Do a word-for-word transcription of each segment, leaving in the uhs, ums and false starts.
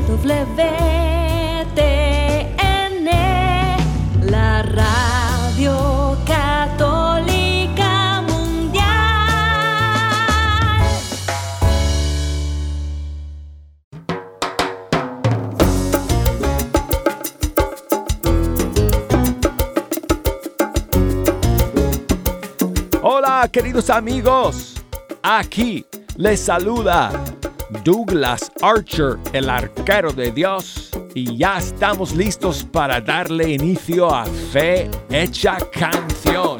W T N, la radio católica mundial. Hola, queridos amigos. Aquí les saluda Douglas Archer, el arquero de Dios, y ya estamos listos para darle inicio a Fe Hecha Canción.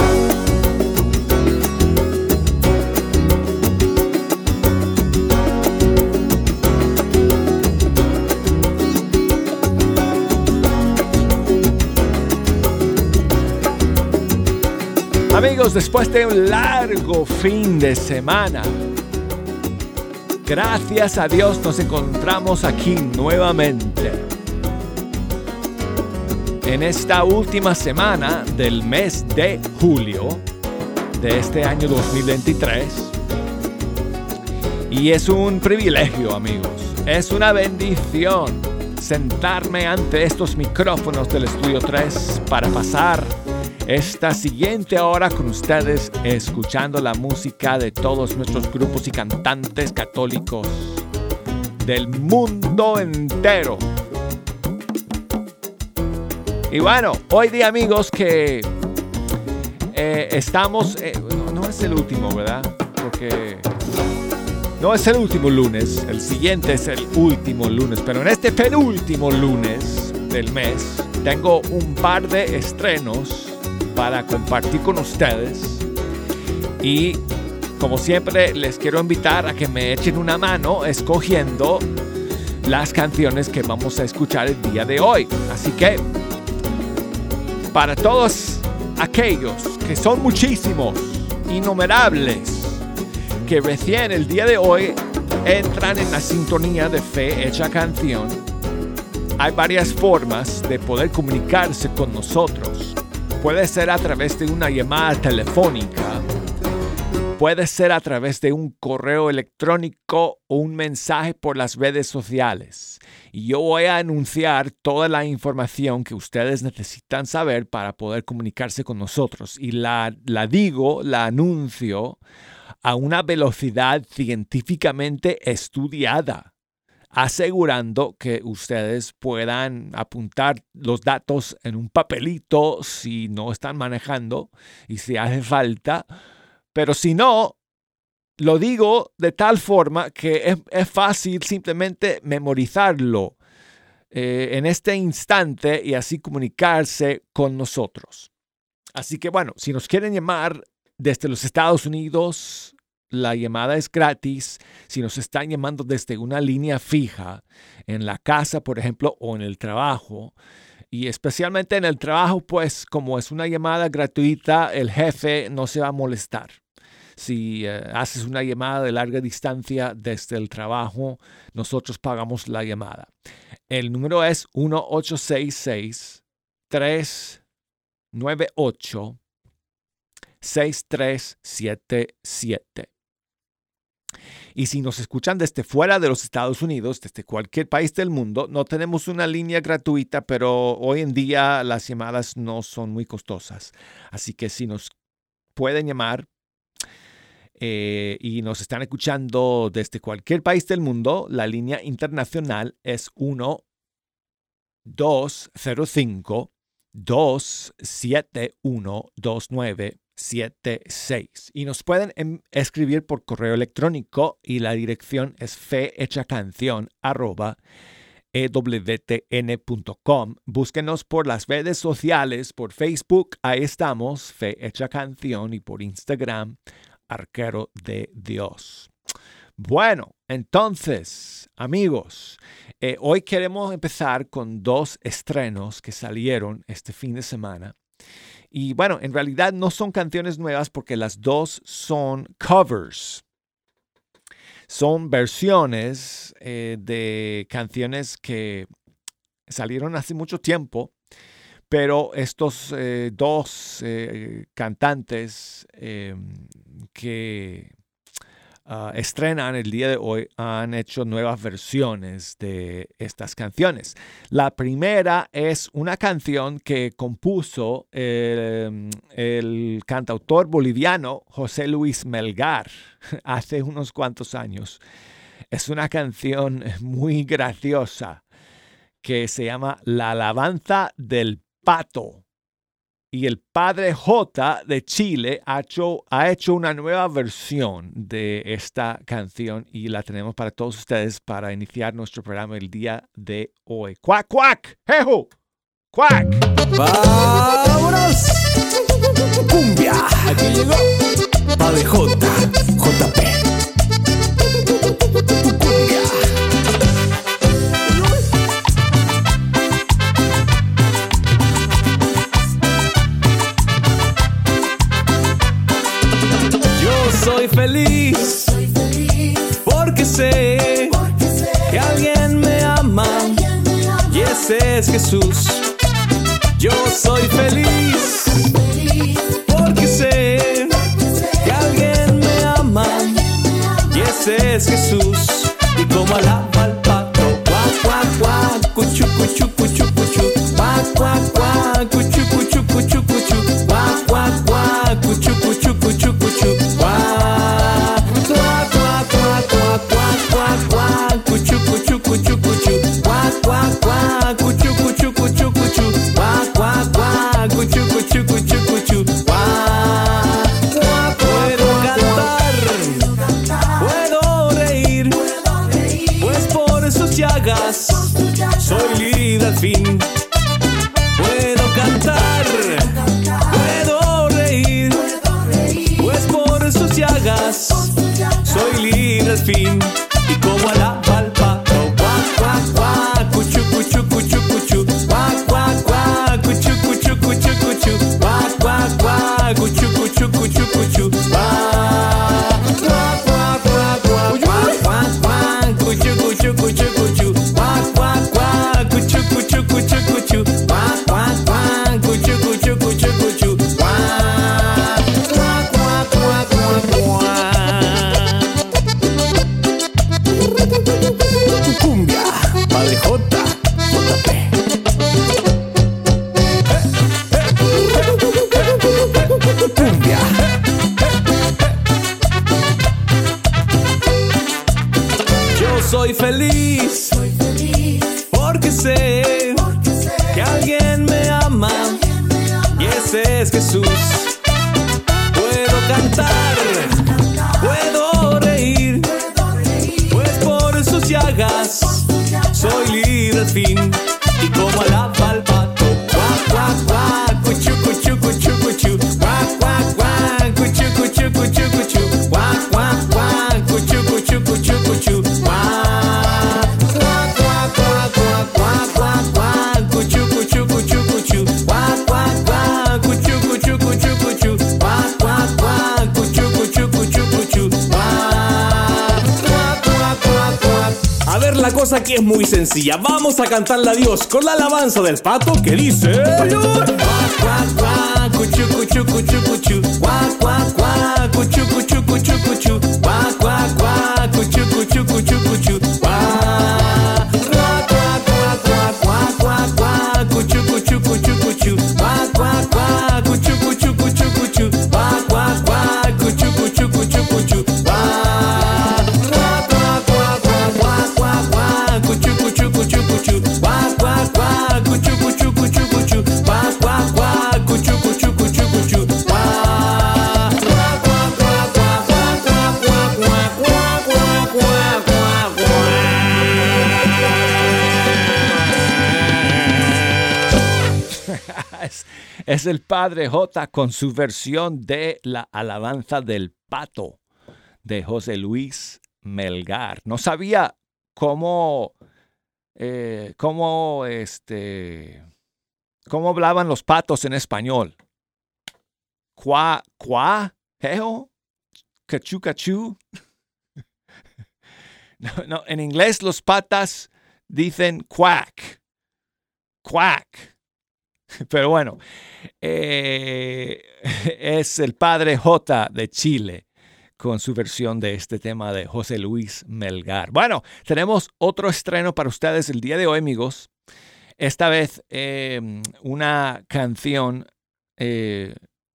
Amigos, después de un largo fin de semana, gracias a Dios nos encontramos aquí nuevamente. En esta última semana del mes de julio de este año dos mil veintitrés. Y es un privilegio, amigos. Es una bendición sentarme ante estos micrófonos del Estudio tres para pasar esta siguiente hora con ustedes, escuchando la música de todos nuestros grupos y cantantes católicos del mundo entero. Y bueno, hoy día, amigos, que eh, estamos... Eh, no, no es el último, ¿verdad? Porque no es el último lunes, el siguiente es el último lunes, pero en este penúltimo lunes del mes tengo un par de estrenos para compartir con ustedes, y como siempre les quiero invitar a que me echen una mano escogiendo las canciones que vamos a escuchar el día de hoy. Así que para todos aquellos, que son muchísimos, innumerables, que recién el día de hoy entran en la sintonía de Fe Hecha Canción, hay varias formas de poder comunicarse con nosotros. Puede ser a través de una llamada telefónica, puede ser a través de un correo electrónico o un mensaje por las redes sociales. Y yo voy a anunciar toda la información que ustedes necesitan saber para poder comunicarse con nosotros. Y la, la digo, la anuncio a una velocidad científicamente estudiada, asegurando que ustedes puedan apuntar los datos en un papelito si no están manejando y si hace falta. Pero si no, lo digo de tal forma que es, es fácil simplemente memorizarlo eh, en este instante y así comunicarse con nosotros. Así que bueno, si nos quieren llamar desde los Estados Unidos, la llamada es gratis. Si nos están llamando desde una línea fija, en la casa, por ejemplo, o en el trabajo, y especialmente en el trabajo, pues como es una llamada gratuita, el jefe no se va a molestar. Si uh, haces una llamada de larga distancia desde el trabajo, nosotros pagamos la llamada. El número es uno ocho seis seis, tres nueve ocho, seis tres siete siete. Y si nos escuchan desde fuera de los Estados Unidos, desde cualquier país del mundo, no tenemos una línea gratuita, pero hoy en día las llamadas no son muy costosas. Así que si nos pueden llamar eh, y nos están escuchando desde cualquier país del mundo, la línea internacional es uno dos cero cinco, dos siete uno, dos nueve siete seis. Y nos pueden em- escribir por correo electrónico, y la dirección es fehechacancion arroba e w t n punto com. Búsquenos por las redes sociales, por Facebook, ahí estamos, Fe Hecha Canción, y por Instagram, Arquero de Dios. Bueno, entonces, amigos, eh, hoy queremos empezar con dos estrenos que salieron este fin de semana. Y bueno, en realidad no son canciones nuevas porque las dos son covers. Son versiones eh, de canciones que salieron hace mucho tiempo, pero estos eh, dos eh, cantantes eh, que uh, estrenan el día de hoy han hecho nuevas versiones de estas canciones. La primera es una canción que compuso el, el cantautor boliviano José Luis Melgar hace unos cuantos años. Es una canción muy graciosa que se llama La Alabanza del Pato. Y el Padre J de Chile ha hecho, ha hecho una nueva versión de esta canción y la tenemos para todos ustedes para iniciar nuestro programa el día de hoy. ¡Cuac, cuac! ¡Jejo! ¡Cuac! ¡Vámonos! ¡Cumbia! Aquí llegó Padre J, J P. Soy feliz, soy feliz porque sé, porque sé que alguien me ama, alguien me ama, y ese es Jesús. Yo soy feliz, soy feliz porque sé, porque sé que alguien me ama, alguien me ama, y ese es Jesús. Y como alaba al pato, cuac, cuac, cuac, cuchu, cuchu, cuchu, cuchu, cuac, cuac, cuac, cuchu, cuchu, cuchu, cuchu, cuac, cuac, cuac, cuchu, cuchu, cuchu, cuchu, cuac. Soy libre al fin. Puedo cantar, puedo reír, pues por sus llagas soy libre al fin. Y como alaba al pato, cuac, cuac, cuac, cuchu, cuchu, cuchu, cuchu, cuac, cuac, cuac, cuchu, cuchu, cuchu, cuchu, cuac, cuac, cuac, cuchu, cuchu, cuchu, cuchu, cuac, cuac, cuac, cuac, cuac, cuac, cuac, cuchu, cuchu, cuchu, cuchu, cuac, cuac, cuac, cuchu, cuchu, cuchu, cuchu, cuac, cuac, cuac, cuchu, cuchu, cuchu, cuchu, cuac, cuac, cuac, cuac, cuac, cuac. Cumbia, Padre J, J P. Cumbia. Yo soy feliz, soy feliz porque sé, porque sé que alguien me ama, alguien me ama, y ese es Jesús. Puedo cantar, puedo reír, puedo reír, pues por sus llagas soy libre al fin. Y como alaba al pato, cuac, cuac, cuac, cuchu, cuchu, cuchu, cuchu, cuac, cuac, cuac, cuchu, cuchu, cuchu, cuchu, cuac, cuac, cuac, cuchu, cuchu, cuchu, cuchu, cuac, cuac, cuac, cuac, cuac, cuac, cuac, cuac, cuchu, cuchu, cuchu, cuchu, cuac, cuac, cuac, cuchu, cuchu, cuchu, cuchu, cuac, cuac, cuac, cuchu, cuchu, cuchu, cuchu, cuac, cuac, cuac, cuac, cuac. A ver, la cosa aquí es muy sencilla. Vamos a cantarle a Dios con la alabanza del pato que dice: cuac, cuac, cuac, cuchu, cuchu, cuchu, cuchu, cuac, cuac, cuac, cuchu, cuchu, cuchu, cuchu, cuac, cuac, cuac, cuchu, cuchu, cuchu, cuchu, cuac, cuac, cuac, cuac, cuac, cuac, cuac, cuchu, cuchu, cuchu, cuchu, cuac, cuac, cuac, cuchu, cuchu, cuchu, cuchu, cuac, cuac, cuac, cuchu, cuchu, cuchu, cuchu, cuac, cuac, cuac, cuac, cuac, cuac, cuac, cuchu, cuchu, cuchu, cuchu, cuac, cuac, cuac, cuchu, cuchu, cuchu, cuchu, cuac, cuac, cuac, cuchu, cuchu, cuchu, cuchu, cuac, cuac, cuac, cuac, cuac, cuac, cuac, cuac, cuac, cuac, cuac, cuac, cuac. es, es el Padre J con su versión de la alabanza del pato de José Luis Melgar. No sabía cómo, eh, cómo, este, cómo hablaban los patos en español. Cuá, cuá, jeo, cachú, cachú. No, no, en inglés los patas dicen quack, quack. Pero bueno, eh, es el Padre J de Chile con su versión de este tema de José Luis Melgar. Bueno, tenemos otro estreno para ustedes el día de hoy, amigos. Esta vez eh, una canción eh,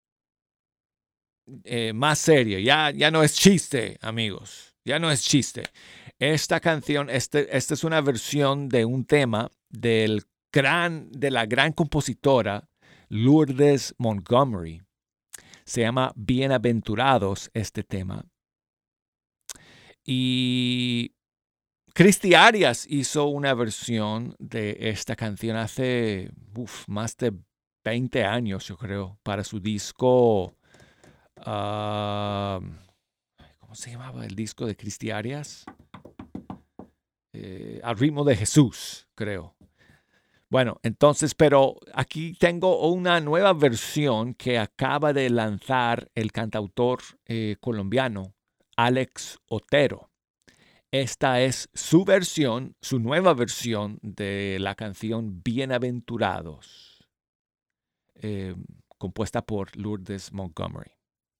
eh, más seria. Ya, ya no es chiste, amigos. Ya no es chiste. Esta canción, este, esta es una versión de un tema del gran, de la gran compositora Lourdes Montgomery. Se llama Bienaventurados este tema. Y Cristi Arias hizo una versión de esta canción hace uf, más de veinte años, yo creo, para su disco. Uh, ¿Cómo se llamaba el disco de Cristi Arias? Eh, Al ritmo de Jesús, creo. Bueno, entonces, pero aquí tengo una nueva versión que acaba de lanzar el cantautor eh, colombiano Alex Otero. Esta es su versión, su nueva versión de la canción Bienaventurados, eh, compuesta por Lourdes Montgomery.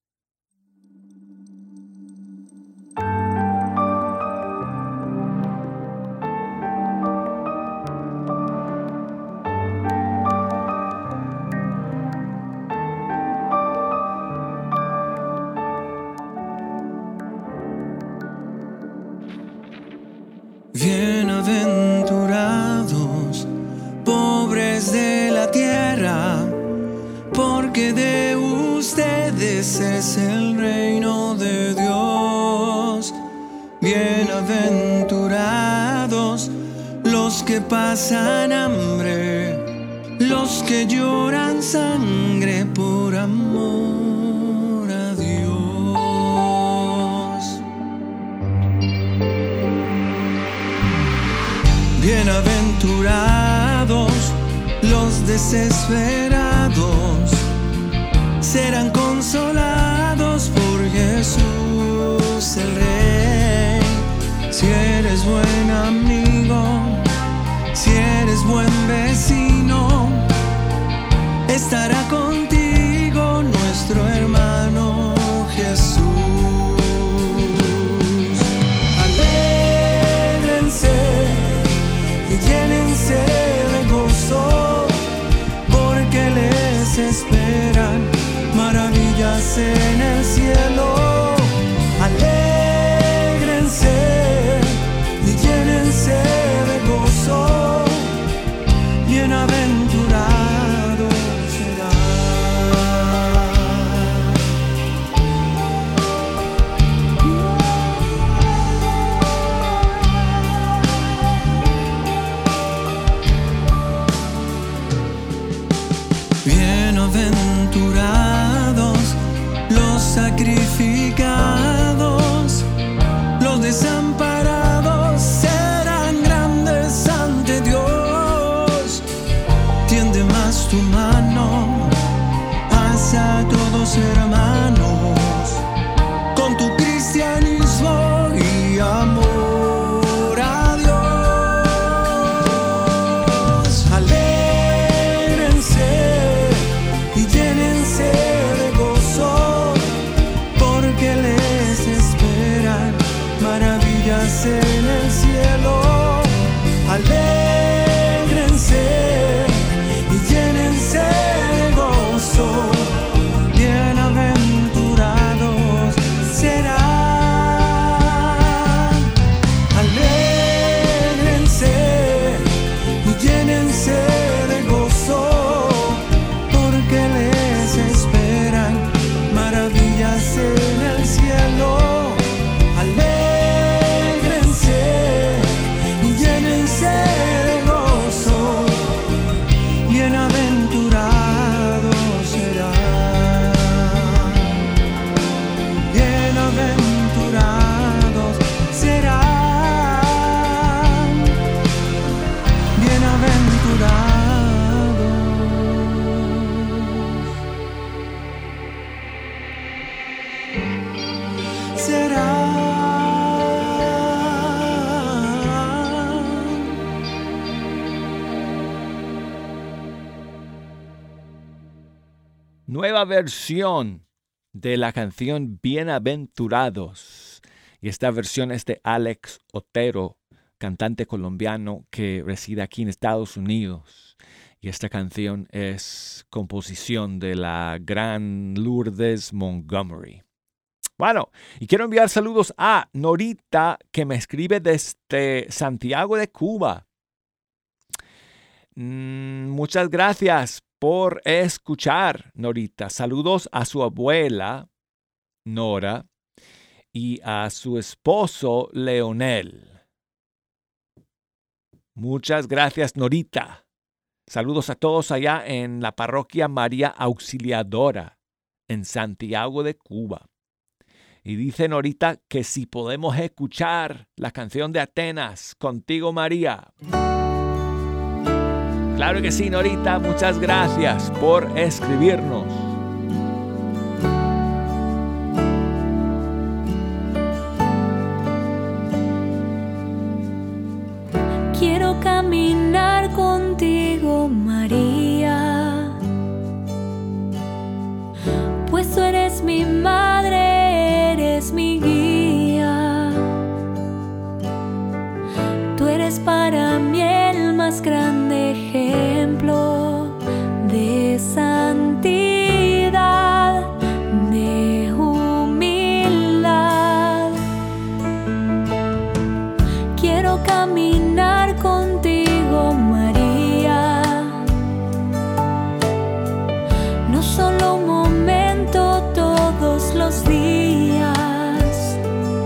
Bienaventurados, pobres de la tierra, porque de ustedes es el reino de Dios. Bienaventurados los que pasan hambre, los que lloran sangre por amor a Dios. Bienaventurados los desesperados, serán consolados por Jesús el Rey. Si eres buen amigo, si eres buen vecino, estará contigo nuestro hermano Jesús. Llénense de gozo, porque les esperan maravillas en el cielo. Alégrense y llénense de gozo, bienaventurados serán. Bienaventurados los sacrificados, los desamparados serán grandes ante Dios. Tiende más tu mano hacia todos hermanos, con tu cristianismo y amor a Dios. Alégrense y llénense de gozo, porque les esperan maravillas en el cielo. Alégrense y llénense de gozo, bienaventurados serán. Alégrense y llénense de gozo, porque les esperan maravillas en el cielo. Alégrense y llénense de gozo, bienaventurados serán. Bienaventurados serán. Bienaventurados serán. Nueva versión de la canción Bienaventurados. Y esta versión es de Alex Otero, cantante colombiano que reside aquí en Estados Unidos. Y esta canción es composición de la gran Lourdes Montgomery. Bueno, y quiero enviar saludos a Norita, que me escribe desde Santiago de Cuba. Mm, muchas gracias por escuchar, Norita. Saludos a su abuela, Nora, y a su esposo, Leonel. Muchas gracias, Norita. Saludos a todos allá en la parroquia María Auxiliadora, en Santiago de Cuba. Y dice Norita que si podemos escuchar la canción de Atenas, Contigo María. Claro que sí, Norita. Muchas gracias por escribirnos. Quiero caminar contigo, María, pues tú eres mi madre, eres mi guía. Tú eres para mí el más grande ejemplo de santidad, de humildad. Quiero caminar contigo, María, no solo un momento, todos los días.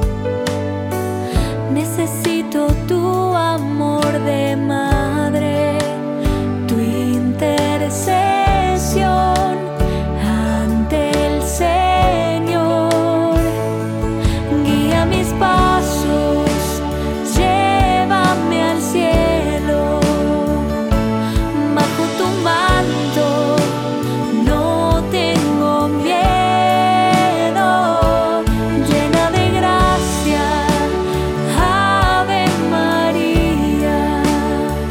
Necesito tu amor de madre, tu intercesión ante el Señor. Guía mis pasos, llévame al cielo, bajo tu manto no tengo miedo, llena de gracia, Ave María.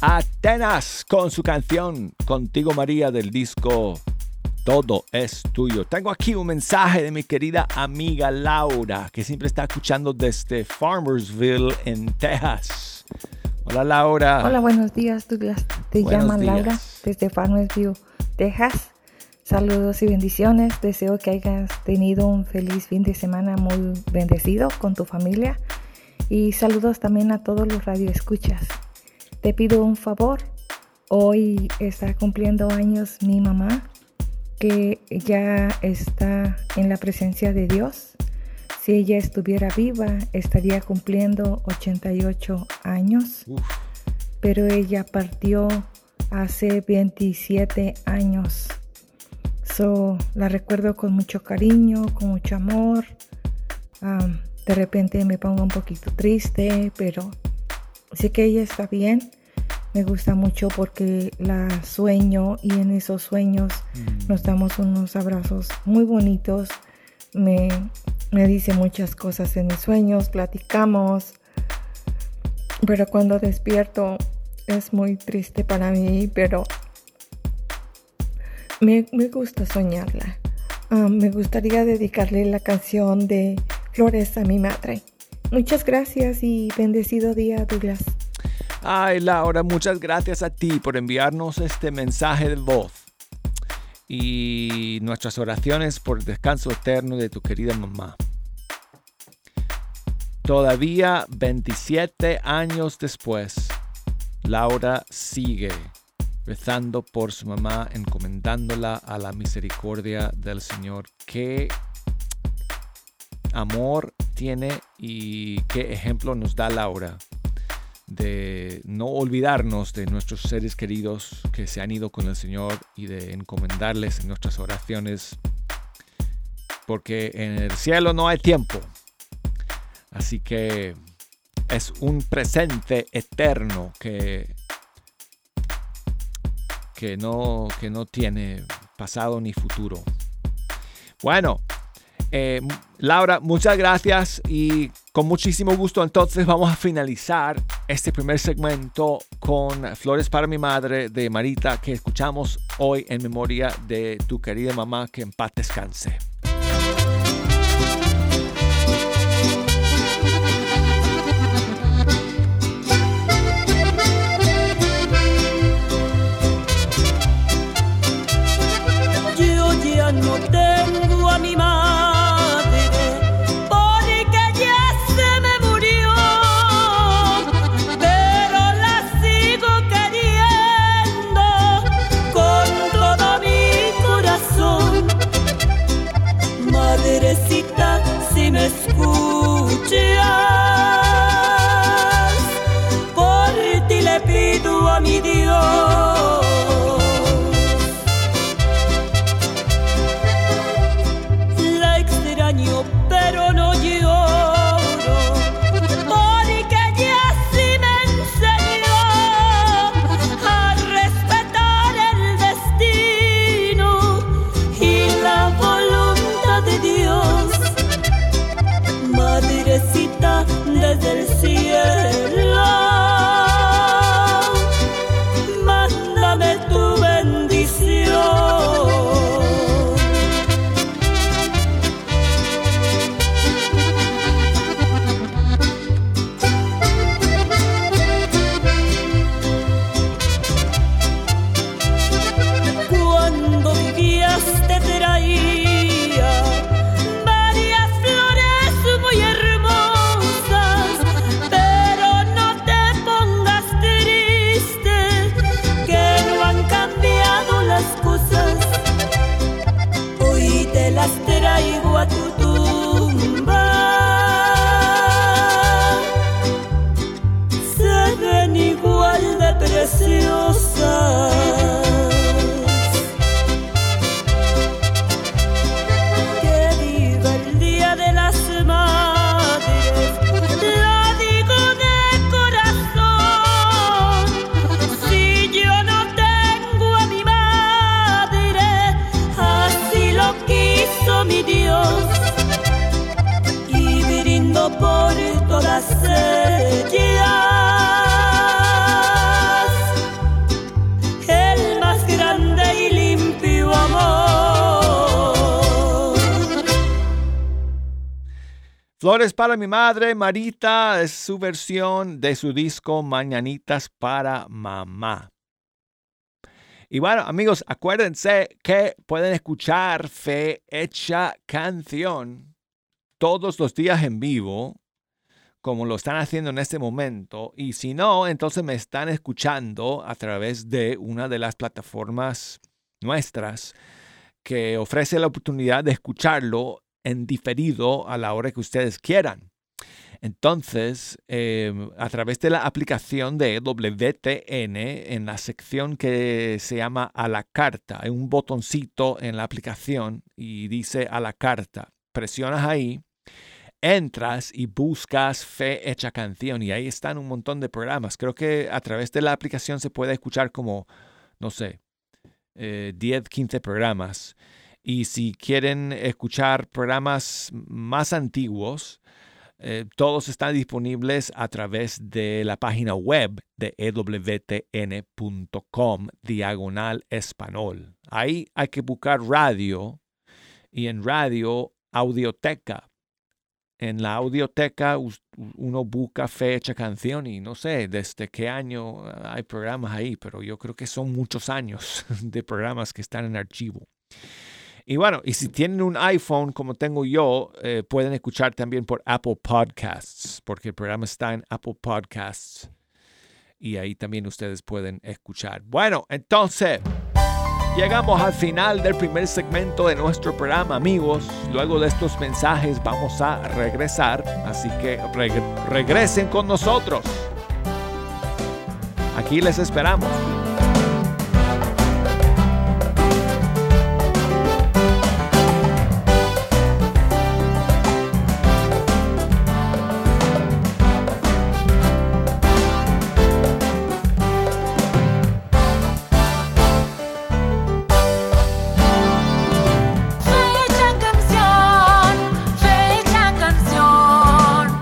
Atenas con su canción Contigo María del disco Todo es Tuyo. Tengo aquí un mensaje de mi querida amiga Laura, que siempre está escuchando desde Farmersville en Texas. Hola Laura. Hola, buenos días, Douglas. Te Buenos llama días. Laura desde Farmersville, Texas. Saludos y bendiciones. Deseo que hayas tenido un feliz fin de semana muy bendecido con tu familia. Y saludos también a todos los radioescuchas. Te pido un favor. Hoy está cumpliendo años mi mamá, que ya está en la presencia de Dios. Si ella estuviera viva, estaría cumpliendo ochenta y ocho años. Uf. Pero ella partió hace veintisiete años. So, la recuerdo con mucho cariño, con mucho amor. Um, de repente me pongo un poquito triste, pero sé que ella está bien. Me gusta mucho porque la sueño y en esos sueños mm. nos damos unos abrazos muy bonitos. Me, me dice muchas cosas en mis sueños, platicamos. Pero cuando despierto es muy triste para mí, pero me, me gusta soñarla. Uh, me gustaría dedicarle la canción de Flores a mi madre. Muchas gracias y bendecido día, Douglas. Ay, Laura, muchas gracias a ti por enviarnos este mensaje de voz. Y nuestras oraciones por el descanso eterno de tu querida mamá. Todavía veintisiete años después, Laura sigue rezando por su mamá, encomendándola a la misericordia del Señor. Qué amor tiene y qué ejemplo nos da Laura de no olvidarnos de nuestros seres queridos que se han ido con el Señor y de encomendarles en nuestras oraciones, porque en el cielo no hay tiempo. Así que es un presente eterno que, que, no, que no tiene pasado ni futuro. Bueno, eh, Laura, muchas gracias y con muchísimo gusto entonces vamos a finalizar este primer segmento con Flores para mi madre de Marita, que escuchamos hoy en memoria de tu querida mamá, que en paz descanse. Yo ya no tengo a mi madre, porque ya se me murió, pero la sigo queriendo con todo mi corazón. Madrecita, si me escuchas, por ti le pido a mi Dios. Pero no lloro, porque ya sí me enseñó a respetar el destino y la voluntad de Dios. Madrecita desde el cielo, manda Flores para mi madre, Marita, es su versión de su disco Mañanitas para Mamá. Y bueno, amigos, acuérdense que pueden escuchar Fe Hecha Canción todos los días en vivo, como lo están haciendo en este momento. Y si no, entonces me están escuchando a través de una de las plataformas nuestras que ofrece la oportunidad de escucharlo en diferido a la hora que ustedes quieran. Entonces, eh, a través de la aplicación de W T N, en la sección que se llama A la Carta, hay un botoncito en la aplicación y dice A la Carta. Presionas ahí, entras y buscas Fe Hecha Canción y ahí están un montón de programas. Creo que a través de la aplicación se puede escuchar como, no sé, eh, diez, quince programas. Y si quieren escuchar programas más antiguos, eh, todos están disponibles a través de la página web de e w t n punto com, diagonal español. Ahí hay que buscar radio y en radio, audioteca. En la audioteca uno busca Fe Hecha Canción y no sé desde qué año hay programas ahí, pero yo creo que son muchos años de programas que están en archivo. Y bueno, y si tienen un iPhone como tengo yo, eh, pueden escuchar también por Apple Podcasts, porque el programa está en Apple Podcasts y ahí también ustedes pueden escuchar. Bueno, entonces llegamos al final del primer segmento de nuestro programa, amigos. Luego de estos mensajes vamos a regresar, así que reg- regresen con nosotros. Aquí les esperamos. Fecha canción, fecha canción.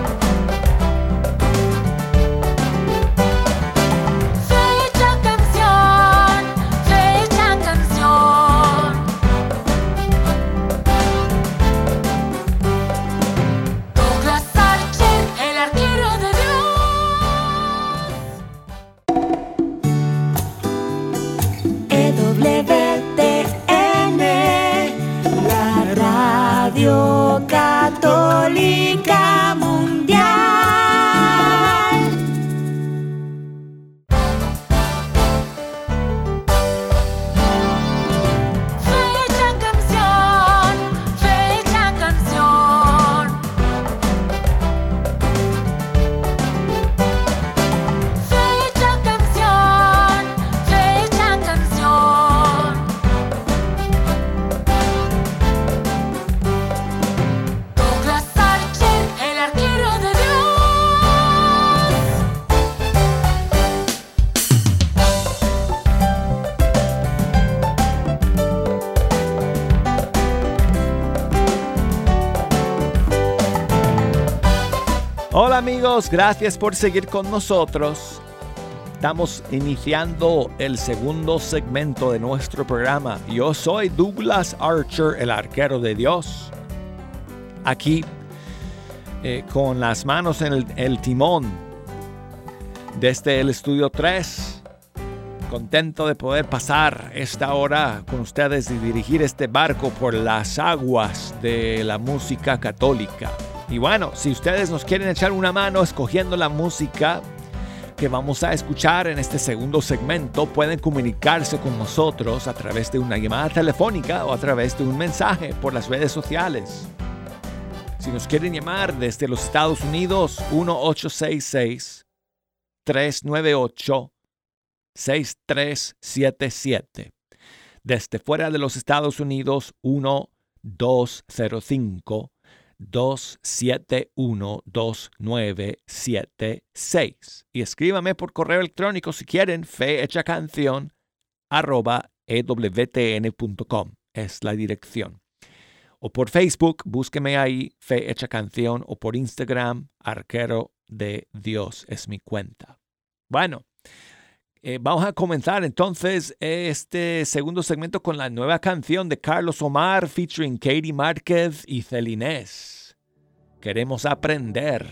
Fecha canción, fecha canción. Douglas Archer, el arquero de Dios. E W T N, la radio católica mundial. Fecha canción, fecha canción. Fecha canción, fecha canción. Douglas Archer, el arquero de Dios. Hola amigos, gracias por seguir con nosotros. Estamos iniciando el segundo segmento de nuestro programa. Yo soy Douglas Archer, el arquero de Dios. Aquí eh, con las manos en el, el timón desde el estudio tres. Contento de poder pasar esta hora con ustedes y dirigir este barco por las aguas de la música católica. Y bueno, si ustedes nos quieren echar una mano escogiendo la música que vamos a escuchar en este segundo segmento, pueden comunicarse con nosotros a través de una llamada telefónica o a través de un mensaje por las redes sociales. Si nos quieren llamar desde los Estados Unidos, uno ocho seis seis, tres nueve ocho, seis tres siete siete. Desde fuera de los Estados Unidos, uno dos cero cinco, dos siete uno, dos nueve siete seis. Y escríbame por correo electrónico si quieren, fehechacanción arroba e w t n punto com. Es la dirección. O por Facebook, búsqueme ahí, Fe Hecha Canción, o por Instagram, Arquero de Dios es mi cuenta. Bueno, eh, vamos a comenzar entonces este segundo segmento con la nueva canción de Carlos Omar featuring Katie Márquez y Celinés. Queremos aprender.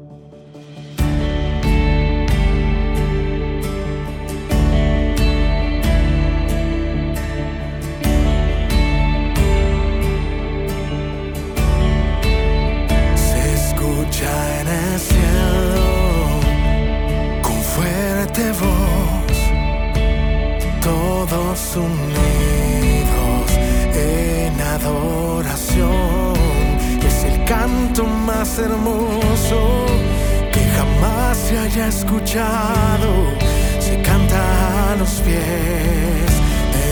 Se escucha en el cielo con fuerte voz, todos unidos en adoración. Es el canto más hermoso que jamás se haya escuchado. Se canta a los pies de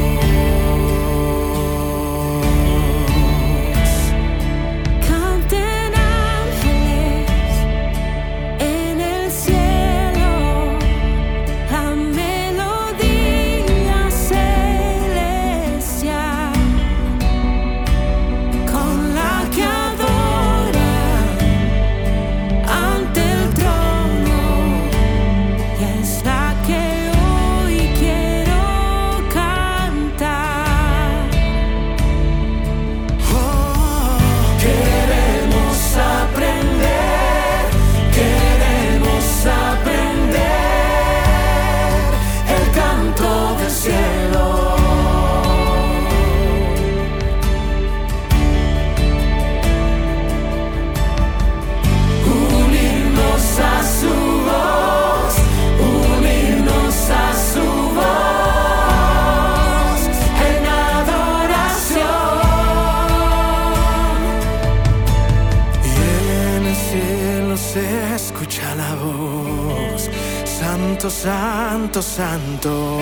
Dios. Canten ángeles en el cielo la melodía celestial con la que adoran ante el trono, y es la que hoy quiero cantar. Oh, queremos aprender, queremos aprender el canto del cielo. Unirnos a su voz, unirnos a su voz en adoración. Y en el cielo se escucha la voz: Santo, Santo, Santo.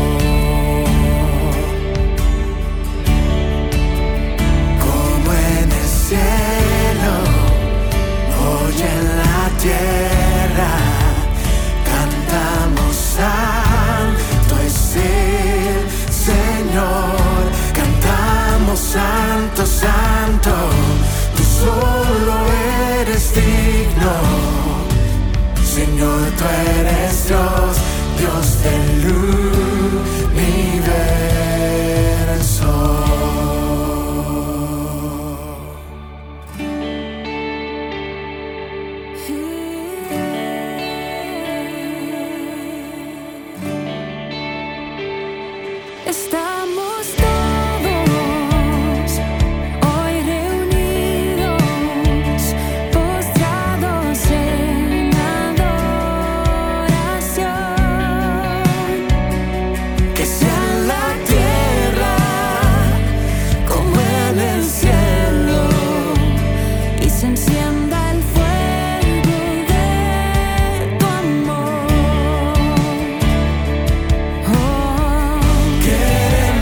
Como en el cielo, hoy en la tierra, cantamos santo es el Señor. Cantamos santo, santo, tú solo eres digno. Señor, tú eres Dios, Dios del universo. Estamos todos hoy reunidos, postrados en adoración. Que sea en la tierra como en el cielo, Y se encienda el fuego de tu amor. Oh, queremos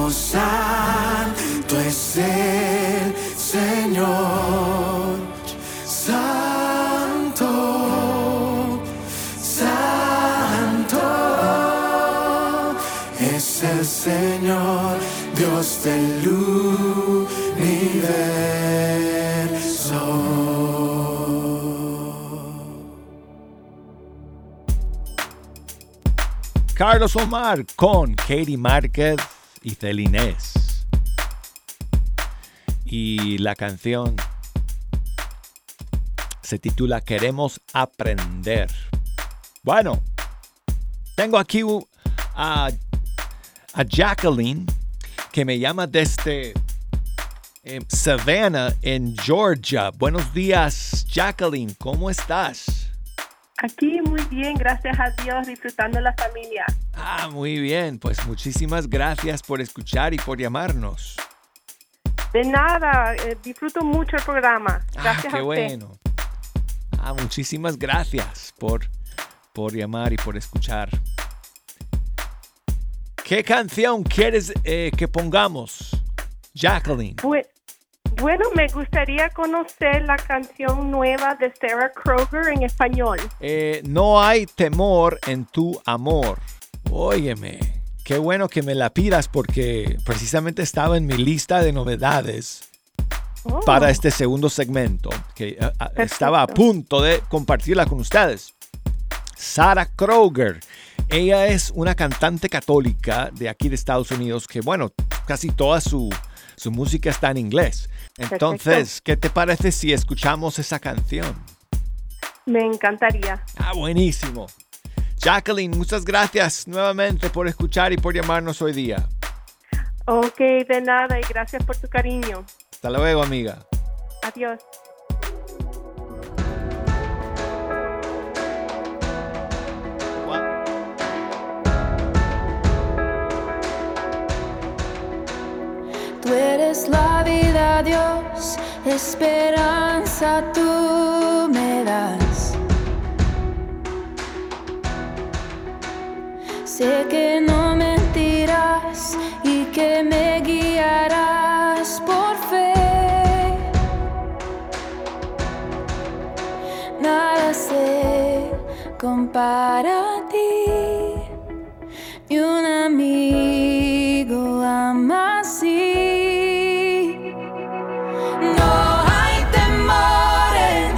santo es el Señor. Santo, santo es el Señor, Dios del universo. Carlos Omar con Katie Márquez y Celinés. Y la canción se titula Queremos aprender. Bueno, tengo aquí uh, a, a Jacqueline que me llama desde eh, Savannah en Georgia. Buenos días, Jacqueline, ¿cómo estás? Aquí muy bien, gracias a Dios, disfrutando la familia. Ah, muy bien, pues muchísimas gracias por escuchar y por llamarnos. De nada, eh, disfruto mucho el programa. Gracias ah, qué a usted. bueno. Ah, muchísimas gracias por, por llamar y por escuchar. ¿Qué canción quieres eh, que pongamos, Jacqueline? Bu- bueno, me gustaría conocer la canción nueva de Sarah Kroger en español. Eh, no hay temor en tu amor. Óyeme, qué bueno que me la pidas porque precisamente estaba en mi lista de novedades. Oh, Para este segundo segmento, que uh, uh, estaba a punto de compartirla con ustedes. Sarah Kroger. Ella es una cantante católica de aquí de Estados Unidos que, bueno, casi toda su, su música está en inglés. Entonces, ¿qué te parece si escuchamos esa canción? Me encantaría. Ah, buenísimo. Jacqueline, muchas gracias nuevamente por escuchar y por llamarnos hoy día. Ok, de nada y gracias por tu cariño. Hasta luego, amiga. Adiós. Tú eres la vida, Dios, esperanza tú me das. Sé que no mentirás y que me guiarás por fe. Nada se compara a ti, ni un amigo ama así. No hay temor en,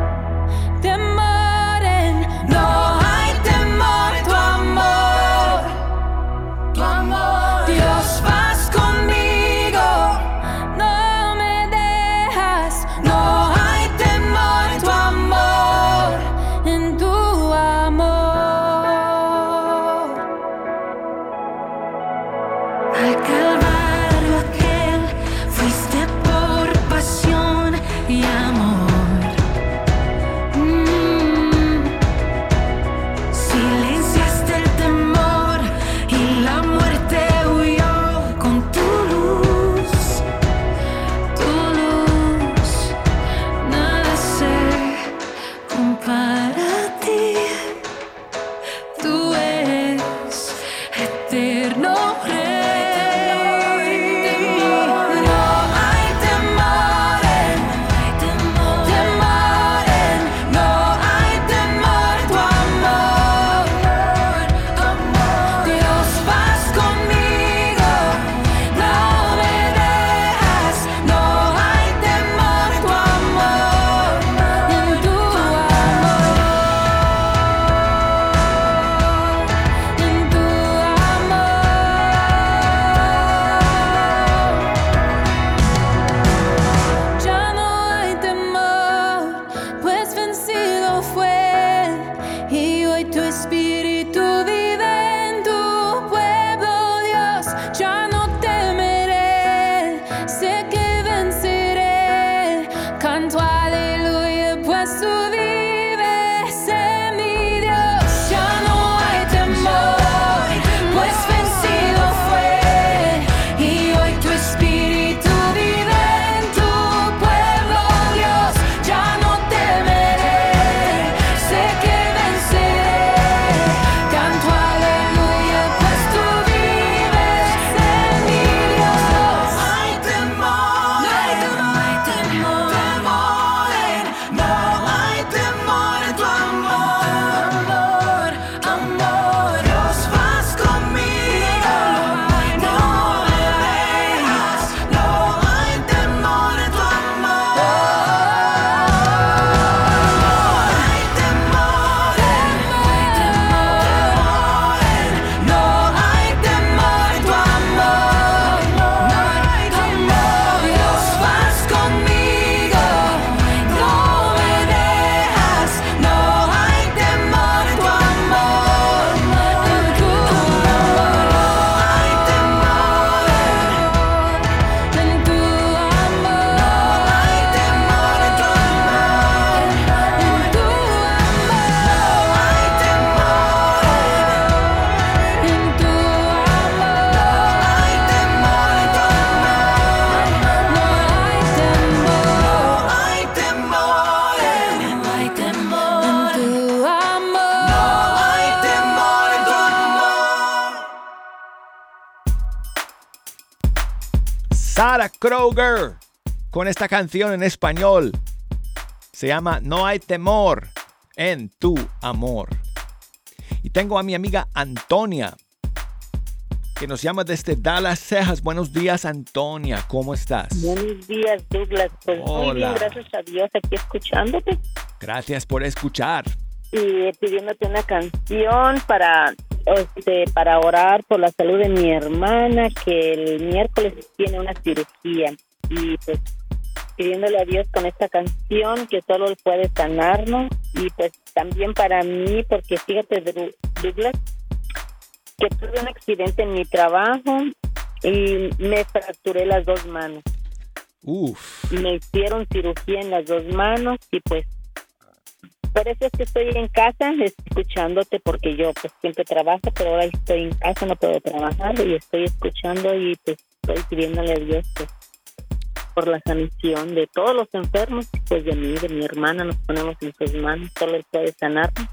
temor en, no hay temor, tu amor, tu amor. Dios, vas conmigo, no me dejas, no hay temor, tu amor, en tu amor. Al Calvario aquel fuiste por pasión y amor. Mm. Silenciaste el temor y la muerte huyó con tu luz, tu luz. Nada se compara a ti. Tú eres eterno rey. No hay temor en, temor en, no hay temor, tu amor, Dios, vas conmigo, no me dejas, no hay temor, tu amor, en tu amor, en tu amor. Ya no hay temor, pues vencido fue, y hoy tu espíritu vive en tu pueblo, Dios. Ya no temeré, sé que venceré, canto aleluya, pues tú vives en mi Dios. Ya no hay temor, pues vencido fue, y hoy tu espíritu vive en tu pueblo, Dios. Ya no temeré, sé que venceré, Sarah Kroger con esta canción en español. Se llama No hay temor en tu amor. Y tengo a mi amiga Antonia, que nos llama desde Dallas, Texas. Buenos días, Antonia. ¿Cómo estás? Buenos días, Douglas. Pues Hola. Muy bien, gracias a Dios, aquí escuchándote. Gracias por escuchar. Y pidiéndote una canción para, este, para orar por la salud de mi hermana, que el miércoles tiene una cirugía. Y pues pidiéndole a Dios con esta canción que solo Él puede sanarnos. Y pues también para mí, porque fíjate, Douglas, que tuve un accidente en mi trabajo y me fracturé las dos manos. Uf. Me hicieron cirugía en las dos manos y pues por eso es que estoy en casa escuchándote, porque yo pues siempre trabajo, pero ahora estoy en casa, no puedo trabajar y estoy escuchando y pues estoy pidiéndole a Dios pues, por la sanación de todos los enfermos, pues de mí, de mi hermana, nos ponemos en sus manos, solo Él puede sanarnos.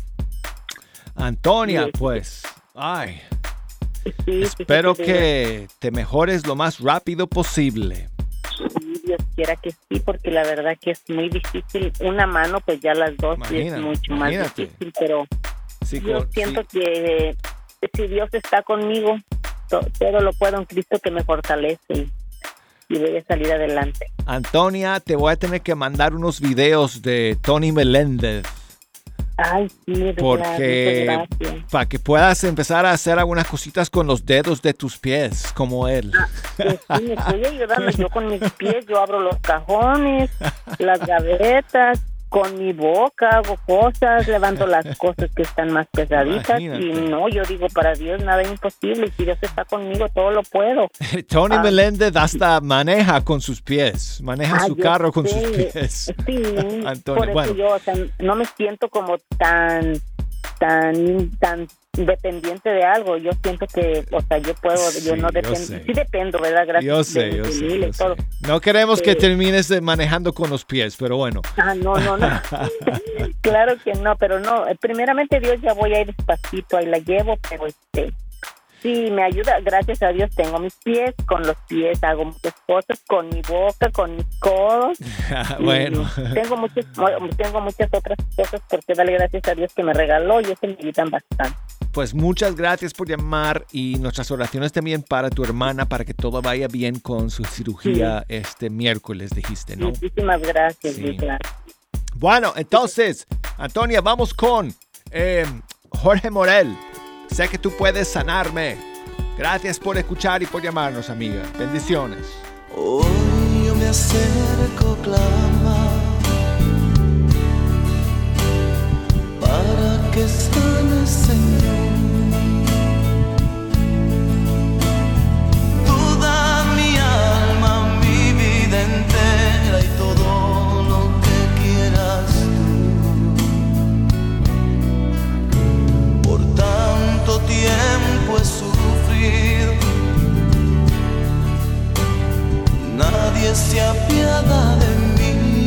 Antonia, Sí. pues, ay, Sí, espero sí, sí, que te mejores lo más rápido posible. sí, Dios quiera que sí, porque la verdad que es muy difícil. Una mano, pues ya las dos sí es Imagina, mucho más imagínate. difícil, pero Sí, yo con- siento sí. que eh, si Dios está conmigo, to- todo lo puedo en Cristo que me fortalece y, y voy a salir adelante. Antonia, te voy a tener que mandar unos videos de Tony Meléndez Ay, sí, de porque verdad, muchas gracias. para que puedas empezar a hacer algunas cositas con los dedos de tus pies, como él. Pues sí, me estoy ayudando yo con mis pies, yo abro los cajones, las gavetas, con mi boca hago cosas, levanto las cosas que están más pesaditas. Imagínate. Y no, yo digo, para Dios nada es imposible, y si Dios está conmigo todo lo puedo. Tony Ah. Meléndez hasta maneja con sus pies, maneja Ah, su yo carro con sé. sus pies. Sí, Antonio, por eso bueno. yo, o sea, no me siento como tan, tan, tan dependiente de algo. Yo siento que, o sea, yo puedo, Sí, yo no yo dependo, sé. sí dependo, ¿verdad? Gracias. Yo sé, de yo mi sé, familia y yo todo. sé. No queremos que Sí. termines de manejando con los pies, pero bueno. Ah, no, no, no. Claro que no, pero no. Primeramente Dios, ya voy a ir despacito, ahí la llevo, pero este, sí, me ayuda. Gracias a Dios tengo mis pies, con los pies hago muchas cosas, con mi boca, con mis codos. Y Bueno, tengo muchas, tengo muchas otras cosas porque darle gracias a Dios que me regaló y eso me ayudan bastante. pues muchas gracias por llamar y nuestras oraciones también para tu hermana, para que todo vaya bien con su cirugía este miércoles, dijiste, ¿no? Muchísimas gracias, Sí. Luis, claro. Bueno, entonces, Antonia, vamos con eh, Jorge Morel. Sé que tú puedes sanarme. Gracias por escuchar y por llamarnos, amiga. Bendiciones. Hoy yo me acerco, clama, para que sanes, Señor. Toda mi alma, mi vida entera y todo lo que quieras tú. Por tanto tiempo he sufrido, nadie se apiada de mí.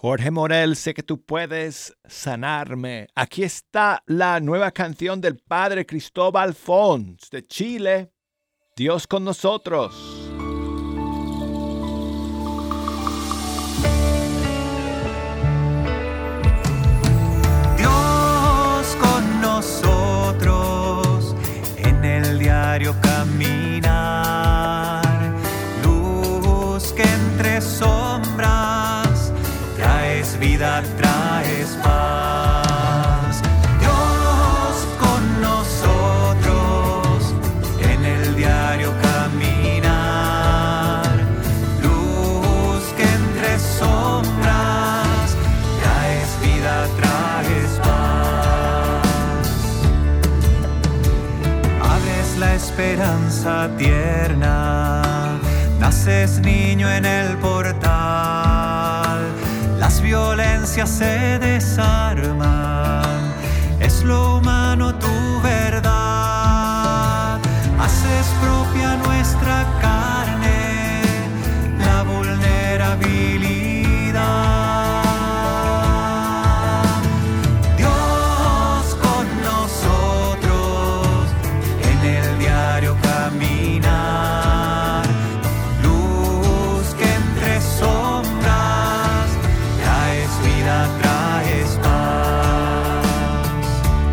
Jorge Morel, sé que tú puedes sanarme. Aquí está la nueva canción del padre Cristóbal Fons de Chile, Dios con nosotros. Dios con nosotros en el diario caminar, luz que entre sombras traes vida, traes paz. Dios con nosotros en el diario caminar, luz que entre sombras traes vida, traes paz. Abres la esperanza tierna, naces niño en el portal. Las violencias se desarman, es lo humano tu verdad. Haces propia nuestra carne, la vulnerabilidad. Dios con nosotros en el diario caminar, luz que entre sombras traes vida, traes paz.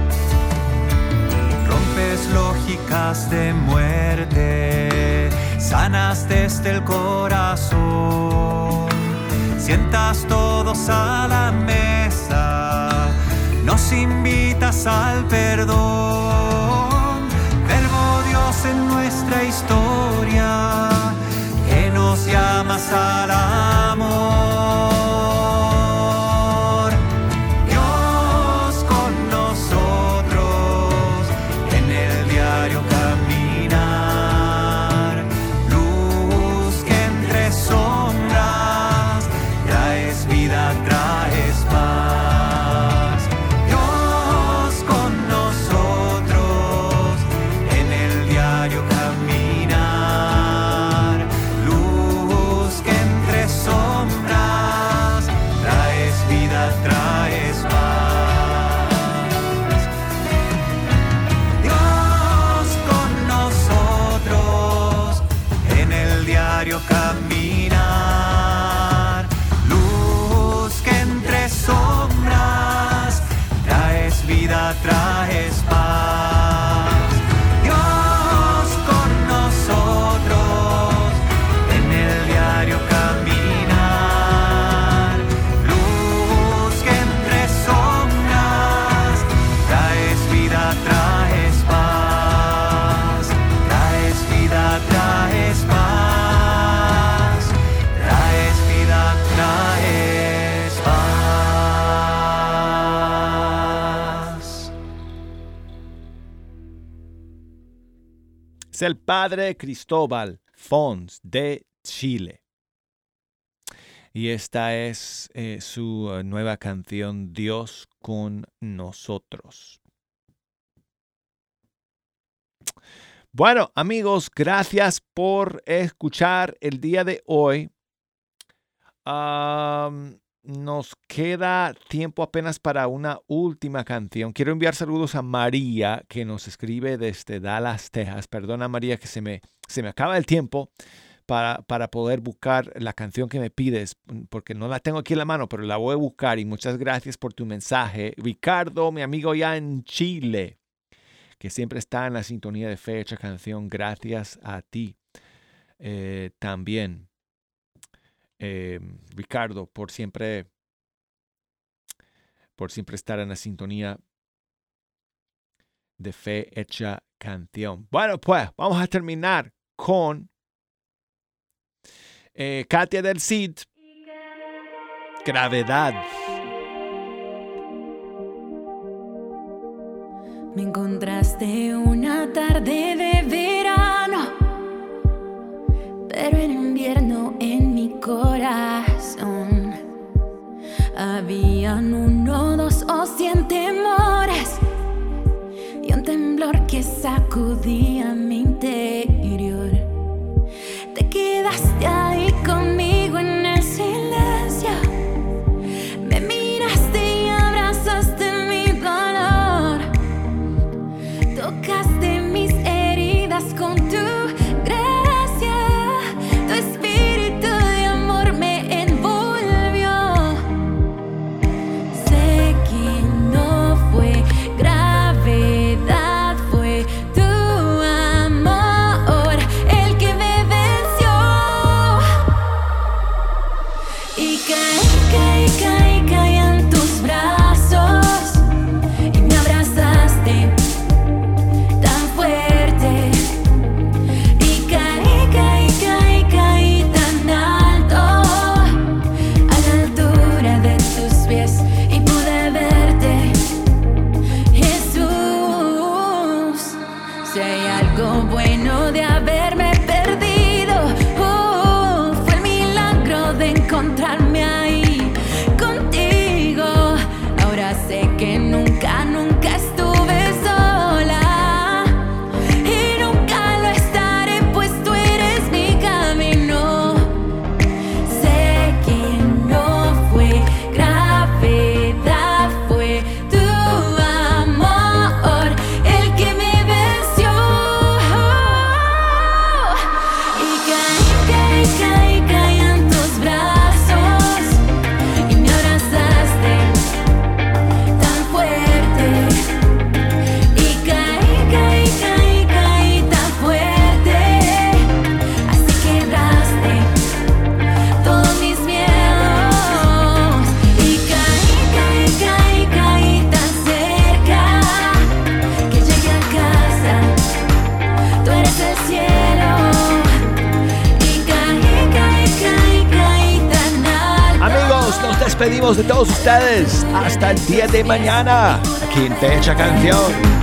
Rompes lógicas de muerte, sanas desde el corazón. Sientas todos a la mesa, nos invitas al perdón. Verbo Dios en nuestra historia, que nos llamas al amor. Dios con nosotros en el diario caminar, luz que entre sombras traes vida, traes paz. Dios con nosotros en el diario caminar, luz que entre sombras traes vida, traes paz. Dios con nosotros en el diario caminar, luz que entre sombras traes vida, traes paz. Dios con nosotros en el diario caminar, luz que entre sombras traes vida, traes paz. Traes vida, traes paz. Traes vida, traes paz. Es el padre Cristóbal Fons de Chile. Y esta es eh, su eh, nueva canción, Dios con nosotros. Bueno, amigos, gracias por escuchar el día de hoy. Um, nos queda tiempo apenas para una última canción. Quiero enviar saludos a María, que nos escribe desde Dallas, Texas. Perdona, María, que se me, se me acaba el tiempo para, para poder buscar la canción que me pides, porque no la tengo aquí en la mano, pero la voy a buscar. Y muchas gracias por tu mensaje. Ricardo, mi amigo ya en Chile, que siempre está en la sintonía de Fe Hecha Canción. Gracias a ti eh, también. Eh, Ricardo, por siempre, por siempre estar en la sintonía de Fe Hecha Canción. Bueno, pues vamos a terminar con eh, Katia del Cid, Gravedad. Me encontraste una tarde de verano, pero en invierno en mi corazón habían uno, dos o cien temores y un temblor que sacudía mi interior. Te quedaste ahí conmigo en el silencio, hay algo bueno de haberme perdido, oh, fue el milagro de encontrarme ahí contigo. Ahora sé que nunca, nunca estuve sola y nunca lo estaré, pues tú eres mi camino. Sé que no fue gravedad, fue tu amor el que me venció. Y caí, caí, caí, caí en tus brazos y me abrazaste tan fuerte. Y caí, caí, caí, caí tan fuerte, así quebraste todos mis miedos. Y caí, caí, caí, caí tan cerca que llegué a casa, tú eres el cielo. Y caí, caí, caí, caí tan alto. Amigos, nos despedimos de todos ustedes. Hasta el día de mañana, aquí en Fecha Canción.